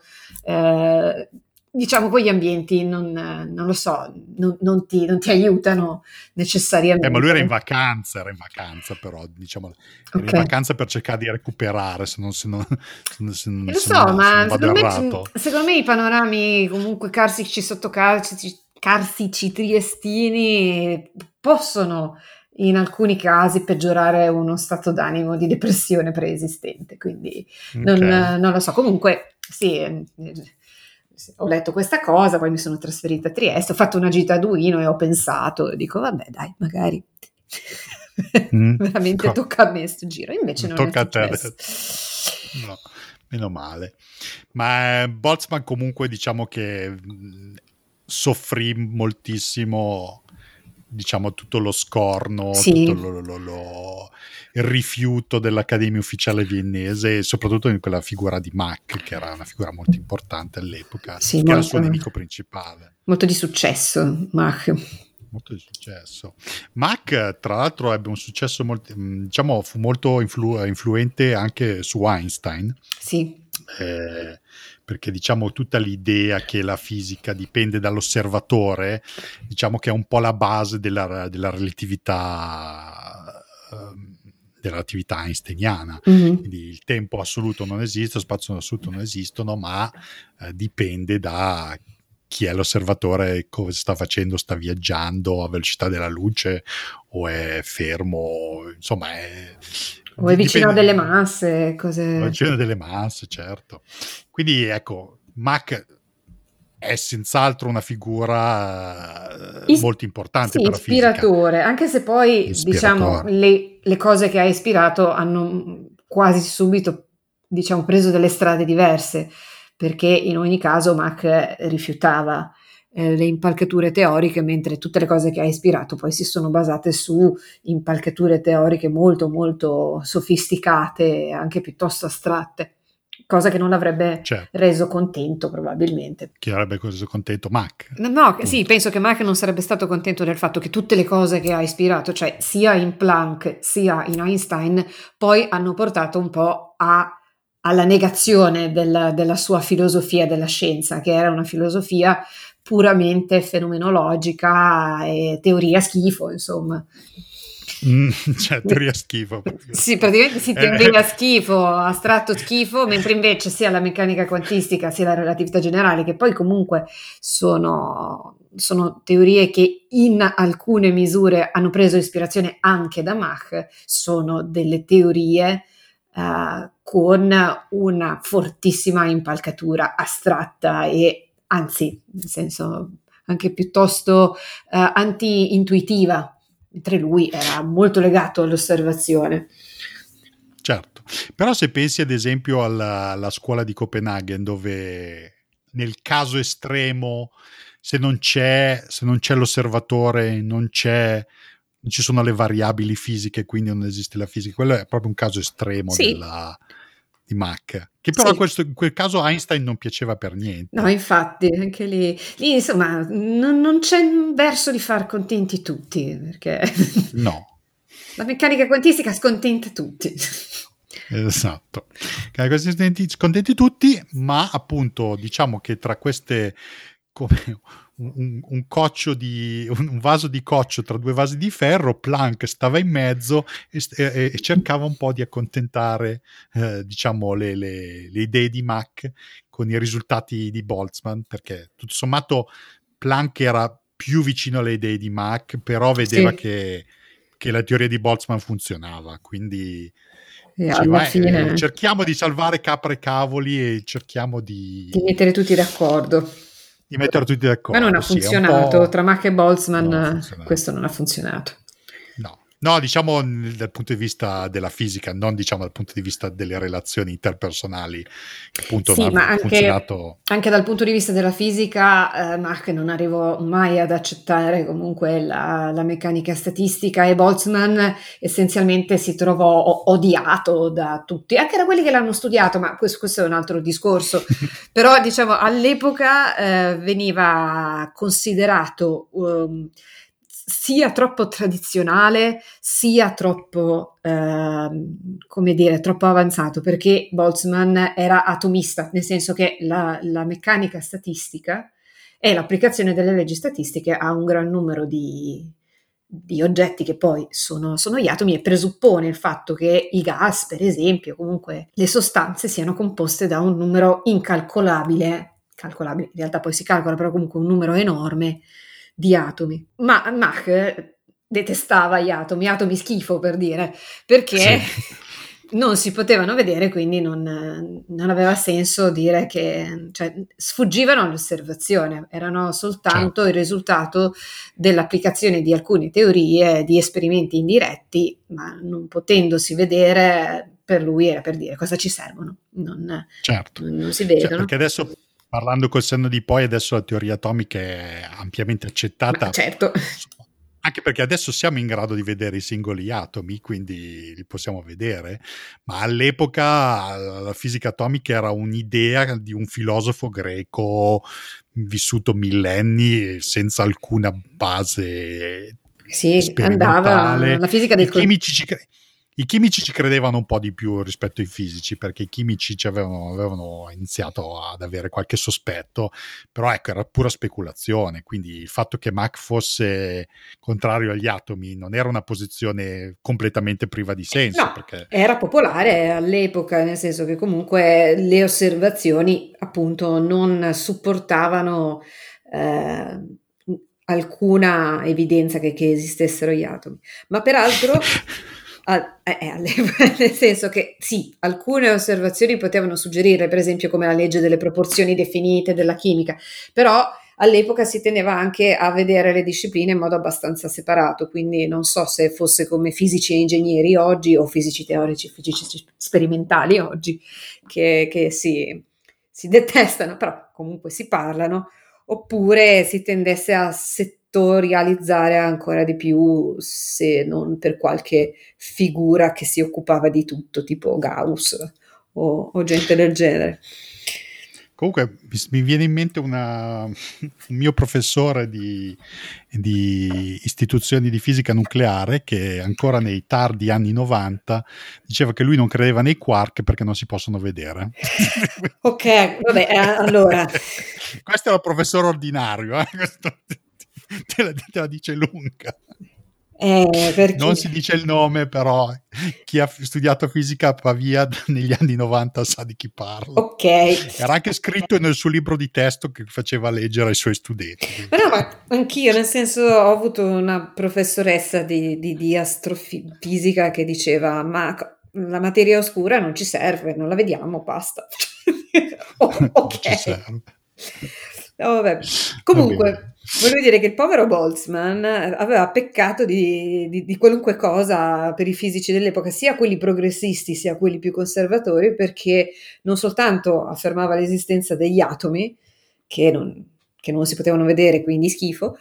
diciamo quegli ambienti non lo so, non ti aiutano necessariamente. Ma lui era in vacanza però, diciamo, era in vacanza per cercare di recuperare, se non lo so, ma secondo me i panorami comunque carsici sotto carsici triestini possono in alcuni casi peggiorare uno stato d'animo di depressione preesistente, quindi non lo so. Comunque sì, ho letto questa cosa, poi mi sono trasferita a Trieste, ho fatto una gita a Duino e ho pensato, dico vabbè dai, magari veramente tocca a me sto giro, invece non tocca è a te. No, meno male. Ma Boltzmann comunque diciamo che soffrì moltissimo, diciamo, tutto lo scorno, sì. tutto il rifiuto dell'Accademia Ufficiale Viennese, e soprattutto in quella figura di Mach, che era una figura molto importante all'epoca, che era il suo nemico principale. Molto di successo, Mach. Molto di successo. Mach, tra l'altro, ebbe un successo molto, diciamo, fu molto influente anche su Einstein. Sì. Perché diciamo tutta l'idea che la fisica dipende dall'osservatore, diciamo che è un po' la base della relatività einsteiniana. Quindi il tempo assoluto non esiste, lo spazio assoluto non esistono, ma dipende da chi è l'osservatore, cosa sta facendo, sta viaggiando a velocità della luce o è fermo, insomma o è vicino a delle masse, cose. Vicino delle masse, certo. Quindi ecco, Mach è senz'altro una figura molto importante per la fisica. Ispiratore, anche se poi diciamo le cose che ha ispirato hanno quasi subito, diciamo, preso delle strade diverse, perché in ogni caso Mach rifiutava le impalcature teoriche, mentre tutte le cose che ha ispirato poi si sono basate su impalcature teoriche molto molto sofisticate e anche piuttosto astratte, cosa che non l'avrebbe reso contento probabilmente. Chi avrebbe reso contento? Mach? No, sì, penso che Mach non sarebbe stato contento del fatto che tutte le cose che ha ispirato, cioè sia in Planck sia in Einstein, poi hanno portato un po' alla negazione della sua filosofia della scienza, che era una filosofia puramente fenomenologica e teoria schifo, insomma. Cioè teoria schifo. Sì, praticamente sì, teoria schifo, astratto schifo, mentre invece sia la meccanica quantistica sia la relatività generale, che poi comunque sono teorie che in alcune misure hanno preso ispirazione anche da Mach, sono delle teorie con una fortissima impalcatura astratta e anzi, nel senso anche piuttosto anti-intuitiva, mentre lui era molto legato all'osservazione. Certo, però se pensi ad esempio alla scuola di Copenaghen, dove nel caso estremo, se non c'è l'osservatore, non ci sono le variabili fisiche, quindi non esiste la fisica, quello è proprio un caso estremo di Mach, che però in quel caso Einstein non piaceva per niente. No, infatti, anche lì insomma non c'è un verso di far contenti tutti, perché no, la meccanica quantistica scontenta tutti. Esatto, scontenti tutti, ma appunto diciamo che tra queste, come un vaso di coccio tra due vasi di ferro, Planck stava in mezzo e cercava un po' di accontentare diciamo le idee di Mach con i risultati di Boltzmann, perché tutto sommato Planck era più vicino alle idee di Mach, però vedeva che la teoria di Boltzmann funzionava, quindi alla fine cerchiamo di salvare capre e cavoli e cerchiamo di mettere tutti d'accordo. Ma non ha funzionato, tra Mach e Boltzmann questo non ha funzionato. No, diciamo dal punto di vista della fisica, non diciamo dal punto di vista delle relazioni interpersonali, appunto, sì, ma funzionato... anche dal punto di vista della fisica Mach non arrivò mai ad accettare comunque la meccanica statistica, e Boltzmann essenzialmente si trovò odiato da tutti, anche da quelli che l'hanno studiato, ma questo è un altro discorso. Però diciamo all'epoca veniva considerato sia troppo tradizionale, sia troppo, come dire, troppo avanzato, perché Boltzmann era atomista, nel senso che la meccanica statistica è l'applicazione delle leggi statistiche a un gran numero di oggetti che poi sono gli atomi, e presuppone il fatto che i gas, per esempio, comunque le sostanze siano composte da un numero incalcolabile, in realtà poi si calcola, però comunque un numero enorme di atomi. Ma Mach detestava gli atomi schifo, per dire, perché non si potevano vedere, quindi non aveva senso dire che, cioè, sfuggivano all'osservazione, erano soltanto il risultato dell'applicazione di alcune teorie, di esperimenti indiretti, ma non potendosi vedere, per lui era per dire cosa ci servono, non si vedono. Perché adesso, parlando col senno di poi, adesso la teoria atomica è ampiamente accettata. Ma certo. Anche perché adesso siamo in grado di vedere i singoli atomi, quindi li possiamo vedere, ma all'epoca la fisica atomica era un'idea di un filosofo greco vissuto millenni senza alcuna base sperimentale. Andava la fisica del I chimici ci credevano un po' di più rispetto ai fisici, perché i chimici avevano iniziato ad avere qualche sospetto, però ecco, era pura speculazione, quindi il fatto che Mach fosse contrario agli atomi non era una posizione completamente priva di senso. No, perché era popolare all'epoca, nel senso che comunque le osservazioni appunto non supportavano alcuna evidenza che esistessero gli atomi, ma peraltro nel senso che sì, alcune osservazioni potevano suggerire, per esempio come la legge delle proporzioni definite della chimica, però all'epoca si tendeva anche a vedere le discipline in modo abbastanza separato, quindi non so se fosse come fisici e ingegneri oggi o fisici teorici, fisici sperimentali oggi, che si detestano, però comunque si parlano, oppure si tendesse a settorializzare ancora di più, se non per qualche figura che si occupava di tutto, tipo Gauss o gente del genere. Comunque mi viene in mente un mio professore di istituzioni di fisica nucleare, che ancora nei tardi anni 90 diceva che lui non credeva nei quark perché non si possono vedere. Ok, vabbè, allora. Questo è un professore ordinario, te la dice lunga. Perché... Non si dice il nome, però chi ha studiato fisica a Pavia negli anni 90 sa di chi parlo. Ok. Era anche scritto nel suo libro di testo che faceva leggere ai suoi studenti. Ma anch'io, nel senso, ho avuto una professoressa di astrofisica che diceva: ma la materia oscura non ci serve, non la vediamo, basta. Ok. Ci serve. No, vabbè. Comunque, voglio dire che il povero Boltzmann aveva peccato di qualunque cosa per i fisici dell'epoca, sia quelli progressisti sia quelli più conservatori, perché non soltanto affermava l'esistenza degli atomi, che non si potevano vedere, quindi schifo,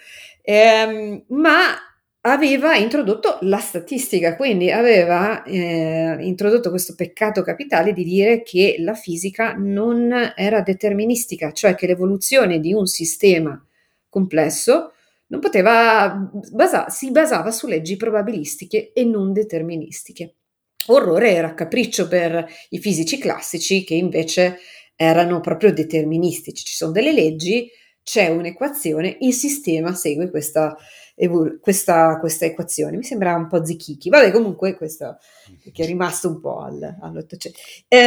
ma aveva introdotto la statistica, quindi aveva introdotto questo peccato capitale di dire che la fisica non era deterministica, cioè che l'evoluzione di un sistema complesso non poteva si basava su leggi probabilistiche e non deterministiche. Orrore e raccapriccio per i fisici classici, che invece erano proprio deterministici. Ci sono delle leggi, c'è un'equazione, il sistema segue questa equazione. Mi sembra un po' zichichi. Vabbè, comunque questo che è rimasto un po' all'Ottocento.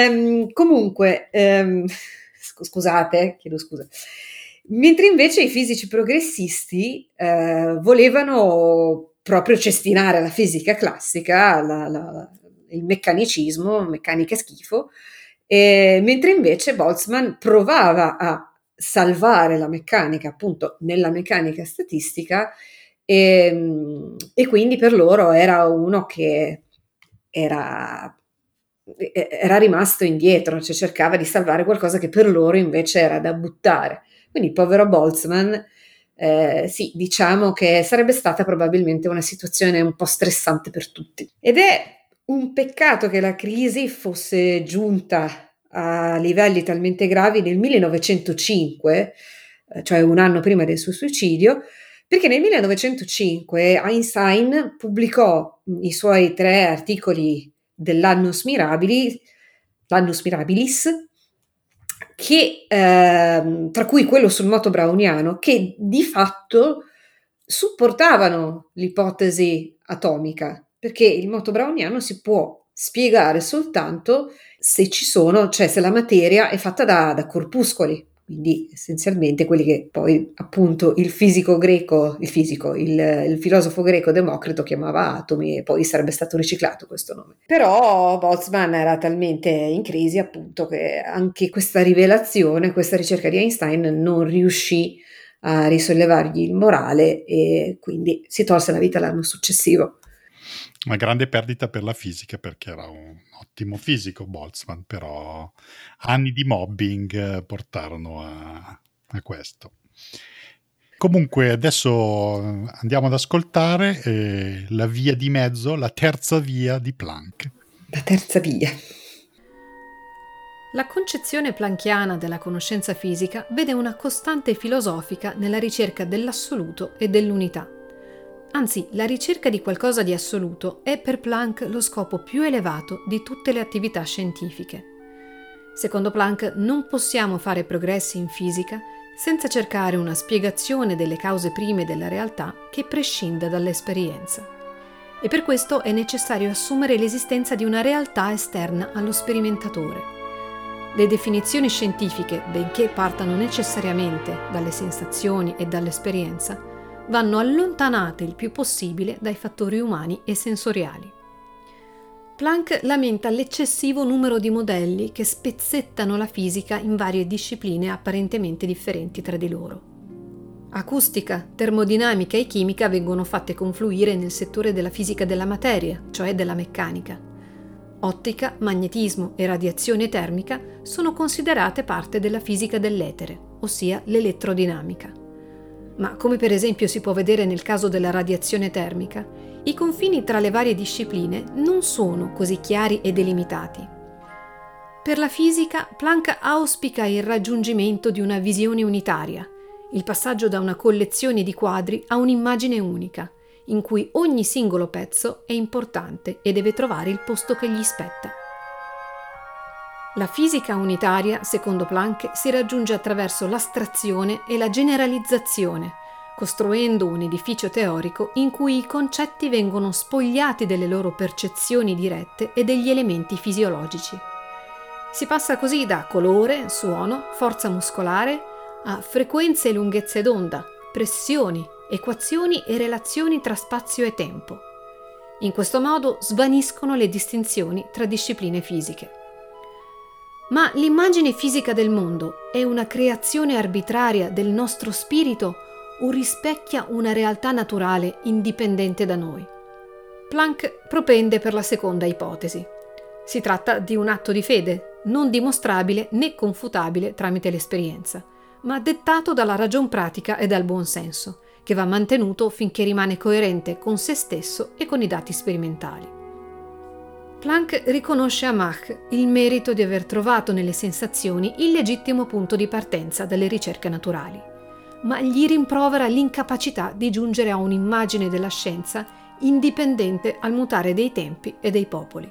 Scusate, chiedo scusa. Mentre invece i fisici progressisti volevano proprio cestinare la fisica classica, il meccanicismo, meccanica schifo, mentre invece Boltzmann provava a salvare la meccanica appunto nella meccanica statistica e quindi per loro era uno che era rimasto indietro, cioè cercava di salvare qualcosa che per loro invece era da buttare. Quindi il povero Boltzmann, sì, diciamo che sarebbe stata probabilmente una situazione un po' stressante per tutti. Ed è un peccato che la crisi fosse giunta a livelli talmente gravi nel 1905, cioè un anno prima del suo suicidio, perché nel 1905 Einstein pubblicò i suoi 3 articoli dell'Annus Mirabilis, che, tra cui quello sul moto browniano, che di fatto supportavano l'ipotesi atomica, perché il moto browniano si può spiegare soltanto se ci sono, cioè se la materia è fatta da corpuscoli, quindi essenzialmente quelli che poi appunto il filosofo greco Democrito chiamava atomi, e poi sarebbe stato riciclato questo nome. Però Boltzmann era talmente in crisi appunto che anche questa rivelazione, questa ricerca di Einstein non riuscì a risollevargli il morale e quindi si tolse la vita l'anno successivo. Una grande perdita per la fisica, perché era un ottimo fisico Boltzmann, però anni di mobbing portarono a questo. Comunque adesso andiamo ad ascoltare la via di mezzo, la terza via di Planck. La terza via. La concezione planckiana della conoscenza fisica vede una costante filosofica nella ricerca dell'assoluto e dell'unità. Anzi, la ricerca di qualcosa di assoluto è per Planck lo scopo più elevato di tutte le attività scientifiche. Secondo Planck non possiamo fare progressi in fisica senza cercare una spiegazione delle cause prime della realtà che prescinda dall'esperienza. E per questo è necessario assumere l'esistenza di una realtà esterna allo sperimentatore. Le definizioni scientifiche, benché partano necessariamente dalle sensazioni e dall'esperienza, vanno allontanate il più possibile dai fattori umani e sensoriali. Planck lamenta l'eccessivo numero di modelli che spezzettano la fisica in varie discipline apparentemente differenti tra di loro. Acustica, termodinamica e chimica vengono fatte confluire nel settore della fisica della materia, cioè della meccanica. Ottica, magnetismo e radiazione termica sono considerate parte della fisica dell'etere, ossia l'elettrodinamica. Ma come per esempio si può vedere nel caso della radiazione termica, i confini tra le varie discipline non sono così chiari e delimitati. Per la fisica, Planck auspica il raggiungimento di una visione unitaria, il passaggio da una collezione di quadri a un'immagine unica, in cui ogni singolo pezzo è importante e deve trovare il posto che gli spetta. La fisica unitaria, secondo Planck, si raggiunge attraverso l'astrazione e la generalizzazione, costruendo un edificio teorico in cui i concetti vengono spogliati delle loro percezioni dirette e degli elementi fisiologici. Si passa così da colore, suono, forza muscolare a frequenze e lunghezze d'onda, pressioni, equazioni e relazioni tra spazio e tempo. In questo modo svaniscono le distinzioni tra discipline fisiche. Ma l'immagine fisica del mondo è una creazione arbitraria del nostro spirito o rispecchia una realtà naturale indipendente da noi? Planck propende per la seconda ipotesi. Si tratta di un atto di fede, non dimostrabile né confutabile tramite l'esperienza, ma dettato dalla ragion pratica e dal buon senso, che va mantenuto finché rimane coerente con se stesso e con i dati sperimentali. Planck riconosce a Mach il merito di aver trovato nelle sensazioni il legittimo punto di partenza delle ricerche naturali, ma gli rimprovera l'incapacità di giungere a un'immagine della scienza indipendente al mutare dei tempi e dei popoli.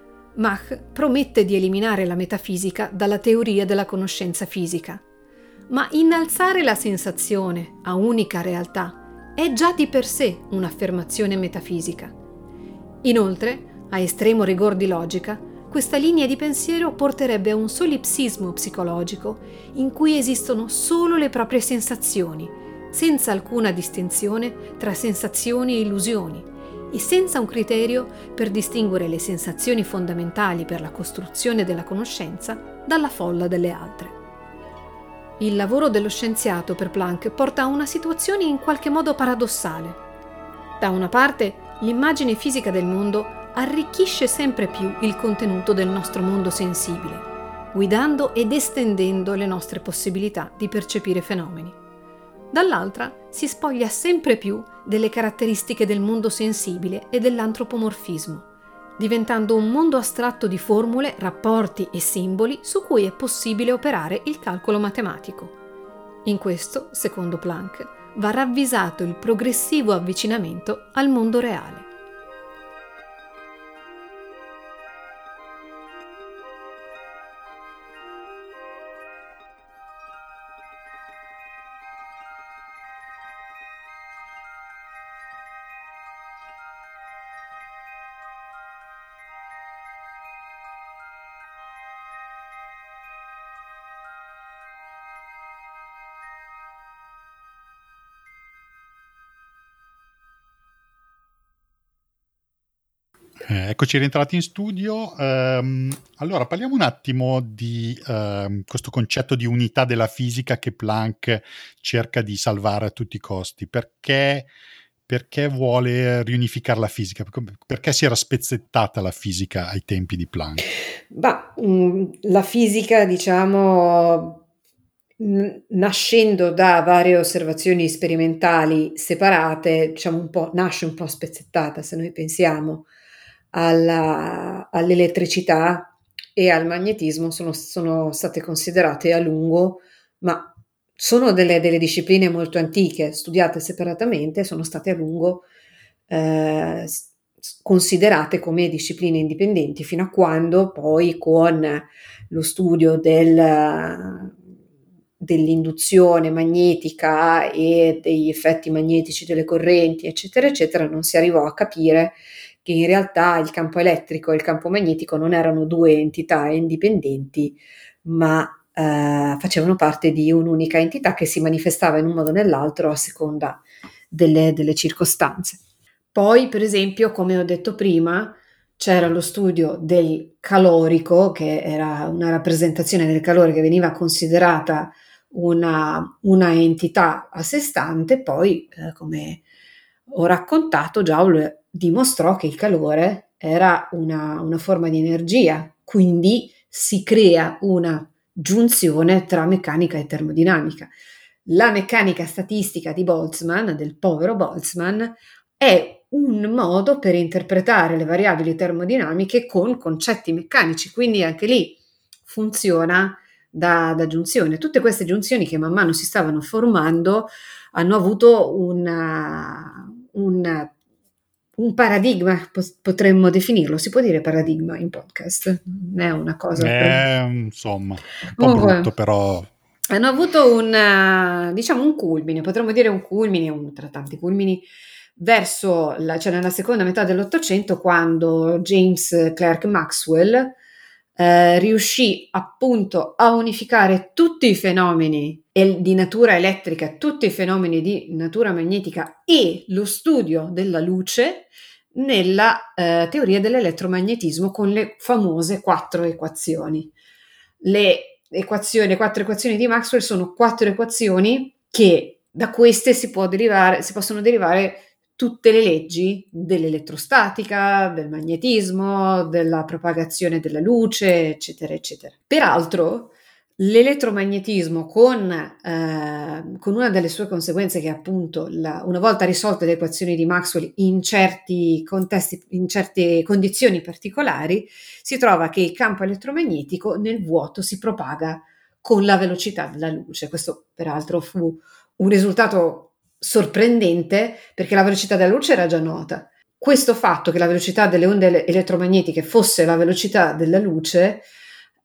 Mach promette di eliminare la metafisica dalla teoria della conoscenza fisica, ma innalzare la sensazione a unica realtà è già di per sé un'affermazione metafisica. Inoltre, a estremo rigor di logica, questa linea di pensiero porterebbe a un solipsismo psicologico in cui esistono solo le proprie sensazioni, senza alcuna distinzione tra sensazioni e illusioni, e senza un criterio per distinguere le sensazioni fondamentali per la costruzione della conoscenza dalla folla delle altre. Il lavoro dello scienziato per Planck porta a una situazione in qualche modo paradossale. Da una parte, l'immagine fisica del mondo arricchisce sempre più il contenuto del nostro mondo sensibile, guidando ed estendendo le nostre possibilità di percepire fenomeni. Dall'altra si spoglia sempre più delle caratteristiche del mondo sensibile e dell'antropomorfismo, diventando un mondo astratto di formule, rapporti e simboli su cui è possibile operare il calcolo matematico. In questo, secondo Planck, va ravvisato il progressivo avvicinamento al mondo reale. Eccoci rientrati in studio. Allora parliamo un attimo di questo concetto di unità della fisica che Planck cerca di salvare a tutti i costi. Perché vuole riunificare la fisica? Perché si era spezzettata la fisica ai tempi di Planck? La fisica, diciamo, nascendo da varie osservazioni sperimentali separate, diciamo nasce un po' spezzettata. Se noi pensiamo all'elettricità e al magnetismo, sono state considerate a lungo, ma sono delle discipline molto antiche, studiate separatamente, sono state a lungo considerate come discipline indipendenti, fino a quando poi con lo studio dell'induzione magnetica e degli effetti magnetici delle correnti, eccetera, eccetera, non si arrivò a capire che in realtà il campo elettrico e il campo magnetico non erano due entità indipendenti, ma facevano parte di un'unica entità che si manifestava in un modo o nell'altro a seconda delle circostanze. Poi, per esempio, come ho detto prima, c'era lo studio del calorico, che era una rappresentazione del calore che veniva considerata una entità a sé stante. Poi, come ho raccontato, Joule dimostrò che il calore era una forma di energia, quindi si crea una giunzione tra meccanica e termodinamica. La meccanica statistica di Boltzmann, del povero Boltzmann, è un modo per interpretare le variabili termodinamiche con concetti meccanici, quindi anche lì funziona da giunzione. Tutte queste giunzioni che man mano si stavano formando hanno avuto un paradigma, potremmo definirlo. Si può dire paradigma in podcast? Non è una cosa... insomma, un po' brutto, però... Hanno avuto un culmine, potremmo dire un culmine, tra tanti culmini, cioè nella seconda metà dell'Ottocento, quando James Clerk Maxwell riuscì appunto a unificare tutti i fenomeni di natura elettrica, tutti i fenomeni di natura magnetica e lo studio della luce nella teoria dell'elettromagnetismo con le famose 4 equazioni. Le 4 equazioni di Maxwell sono 4 equazioni che da queste si possono derivare tutte le leggi dell'elettrostatica, del magnetismo, della propagazione della luce, eccetera, eccetera. Peraltro, l'elettromagnetismo con una delle sue conseguenze, che è appunto una volta risolte le equazioni di Maxwell in certi contesti, in certe condizioni particolari, si trova che il campo elettromagnetico nel vuoto si propaga con la velocità della luce. Questo peraltro fu un risultato sorprendente, perché la velocità della luce era già nota. Questo fatto che la velocità delle onde elettromagnetiche fosse la velocità della luce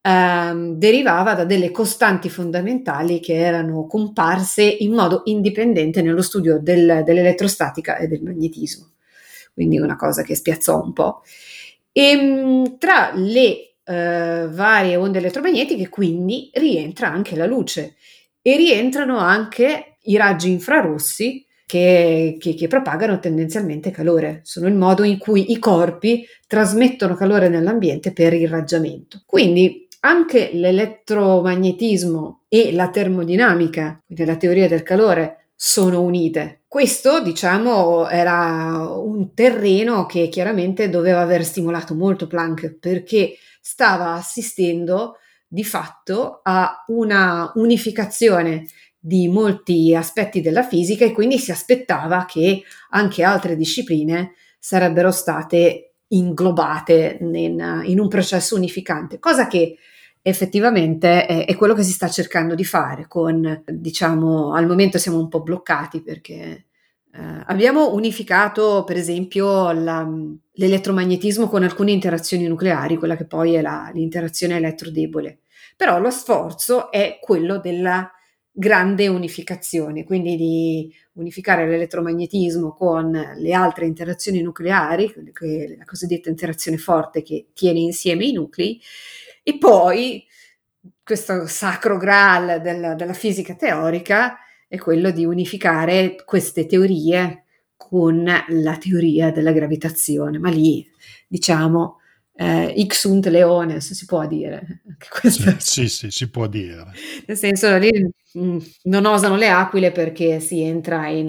derivava da delle costanti fondamentali che erano comparse in modo indipendente nello studio dell'elettrostatica e del magnetismo. Quindi una cosa che spiazzò un po'. E tra le varie onde elettromagnetiche quindi rientra anche la luce e rientrano anche i raggi infrarossi che propagano tendenzialmente calore. Sono il modo in cui i corpi trasmettono calore nell'ambiente per irraggiamento. Quindi anche l'elettromagnetismo e la termodinamica, quindi la teoria del calore, sono unite. Questo, diciamo, era un terreno che chiaramente doveva aver stimolato molto Planck, perché stava assistendo di fatto a una unificazione di molti aspetti della fisica e quindi si aspettava che anche altre discipline sarebbero state inglobate in un processo unificante, cosa che effettivamente è quello che si sta cercando di fare con, diciamo, al momento siamo un po' bloccati perché abbiamo unificato per esempio l'elettromagnetismo con alcune interazioni nucleari, quella che poi è l'interazione elettrodebole, però lo sforzo è quello della grande unificazione, quindi di unificare l'elettromagnetismo con le altre interazioni nucleari, la cosiddetta interazione forte che tiene insieme i nuclei, e poi questo sacro graal della fisica teorica è quello di unificare queste teorie con la teoria della gravitazione, ma lì diciamo X sunt leones, si può dire. Sì, si può dire. Nel senso, lì non osano le aquile perché si entra in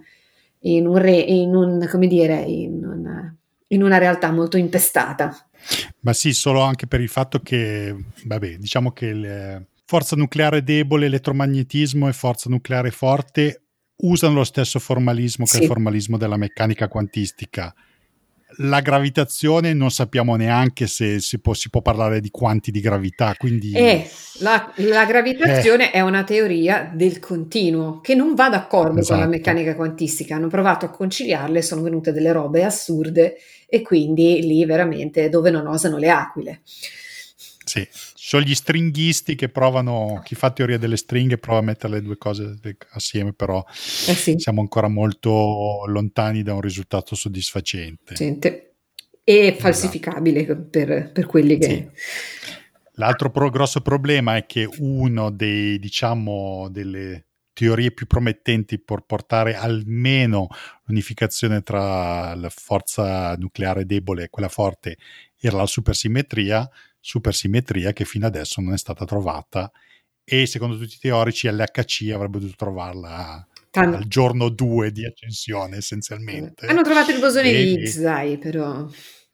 una realtà molto impestata. Ma sì, solo anche per il fatto che, vabbè, diciamo che forza nucleare debole, elettromagnetismo e forza nucleare forte usano lo stesso formalismo che è il formalismo della meccanica quantistica. La gravitazione non sappiamo neanche se si può parlare di quanti di gravità, quindi la gravitazione è una teoria del continuo che non va d'accordo con la meccanica quantistica. Hanno provato a conciliarle, sono venute delle robe assurde e quindi lì veramente dove non osano le aquile. Sì, sono gli stringhisti che provano, chi fa teoria delle stringhe prova a mettere le due cose assieme, però siamo ancora molto lontani da un risultato soddisfacente. E falsificabile per quelli che... Sì. L'altro grosso problema è che uno dei, diciamo, delle teorie più promettenti per portare almeno l'unificazione tra la forza nucleare debole e quella forte era la supersimmetria che fino adesso non è stata trovata e secondo tutti i teorici l'HC avrebbe dovuto trovarla al giorno 2 di accensione essenzialmente. Hanno trovato il bosone di Higgs, dai, però...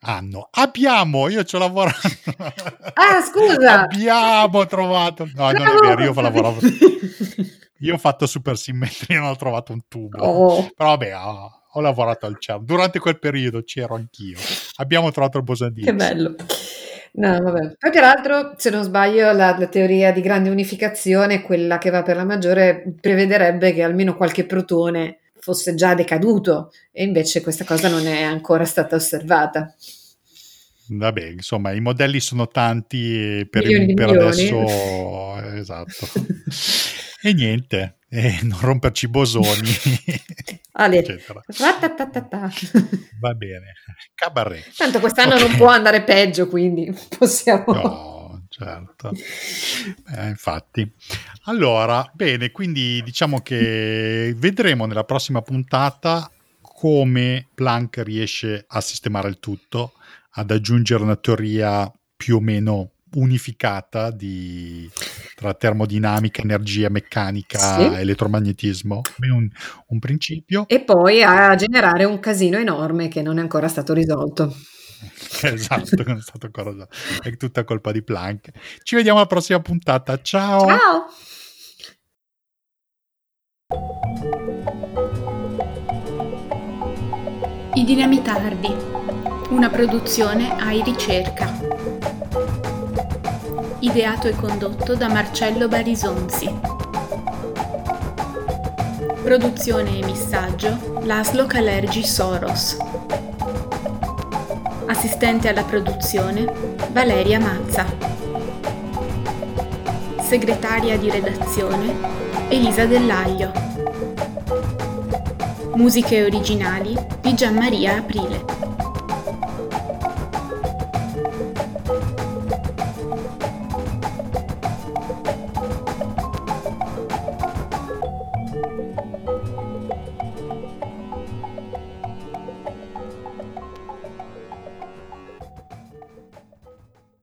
Io ci ho lavorato. Scusa! Abbiamo trovato... No, non è vero, io ho fatto supersimmetria e non ho trovato un tubo. Però vabbè, ho lavorato al CERN. Durante quel periodo c'ero anch'io. Abbiamo trovato il bosone di Higgs. Che bello. No, vabbè. Poi peraltro, se non sbaglio, la teoria di grande unificazione, quella che va per la maggiore, prevederebbe che almeno qualche protone fosse già decaduto e invece questa cosa non è ancora stata osservata. Vabbè, insomma, i modelli sono tanti e per adesso esatto. E niente, non romperci i bosoni, eccetera. Va bene, cabaret. Tanto quest'anno non può andare peggio, quindi possiamo... No, certo. Infatti. Allora, bene, quindi diciamo che vedremo nella prossima puntata come Planck riesce a sistemare il tutto, ad aggiungere una teoria più o meno unificata tra termodinamica, energia meccanica, elettromagnetismo, un principio. E poi a generare un casino enorme che non è ancora stato risolto. Esatto, non è stato ancora risolto. È tutta colpa di Planck. Ci vediamo alla prossima puntata. Ciao! Ciao! I Dinamitardi, una produzione AI Ricerca. Ideato e condotto da Marcello Barisonzi. Produzione e missaggio Laszlo Kalergi Soros. Assistente alla produzione Valeria Mazza. segretaria di redazione Elisa Dell'Aglio. Musiche originali di Gianmaria Aprile.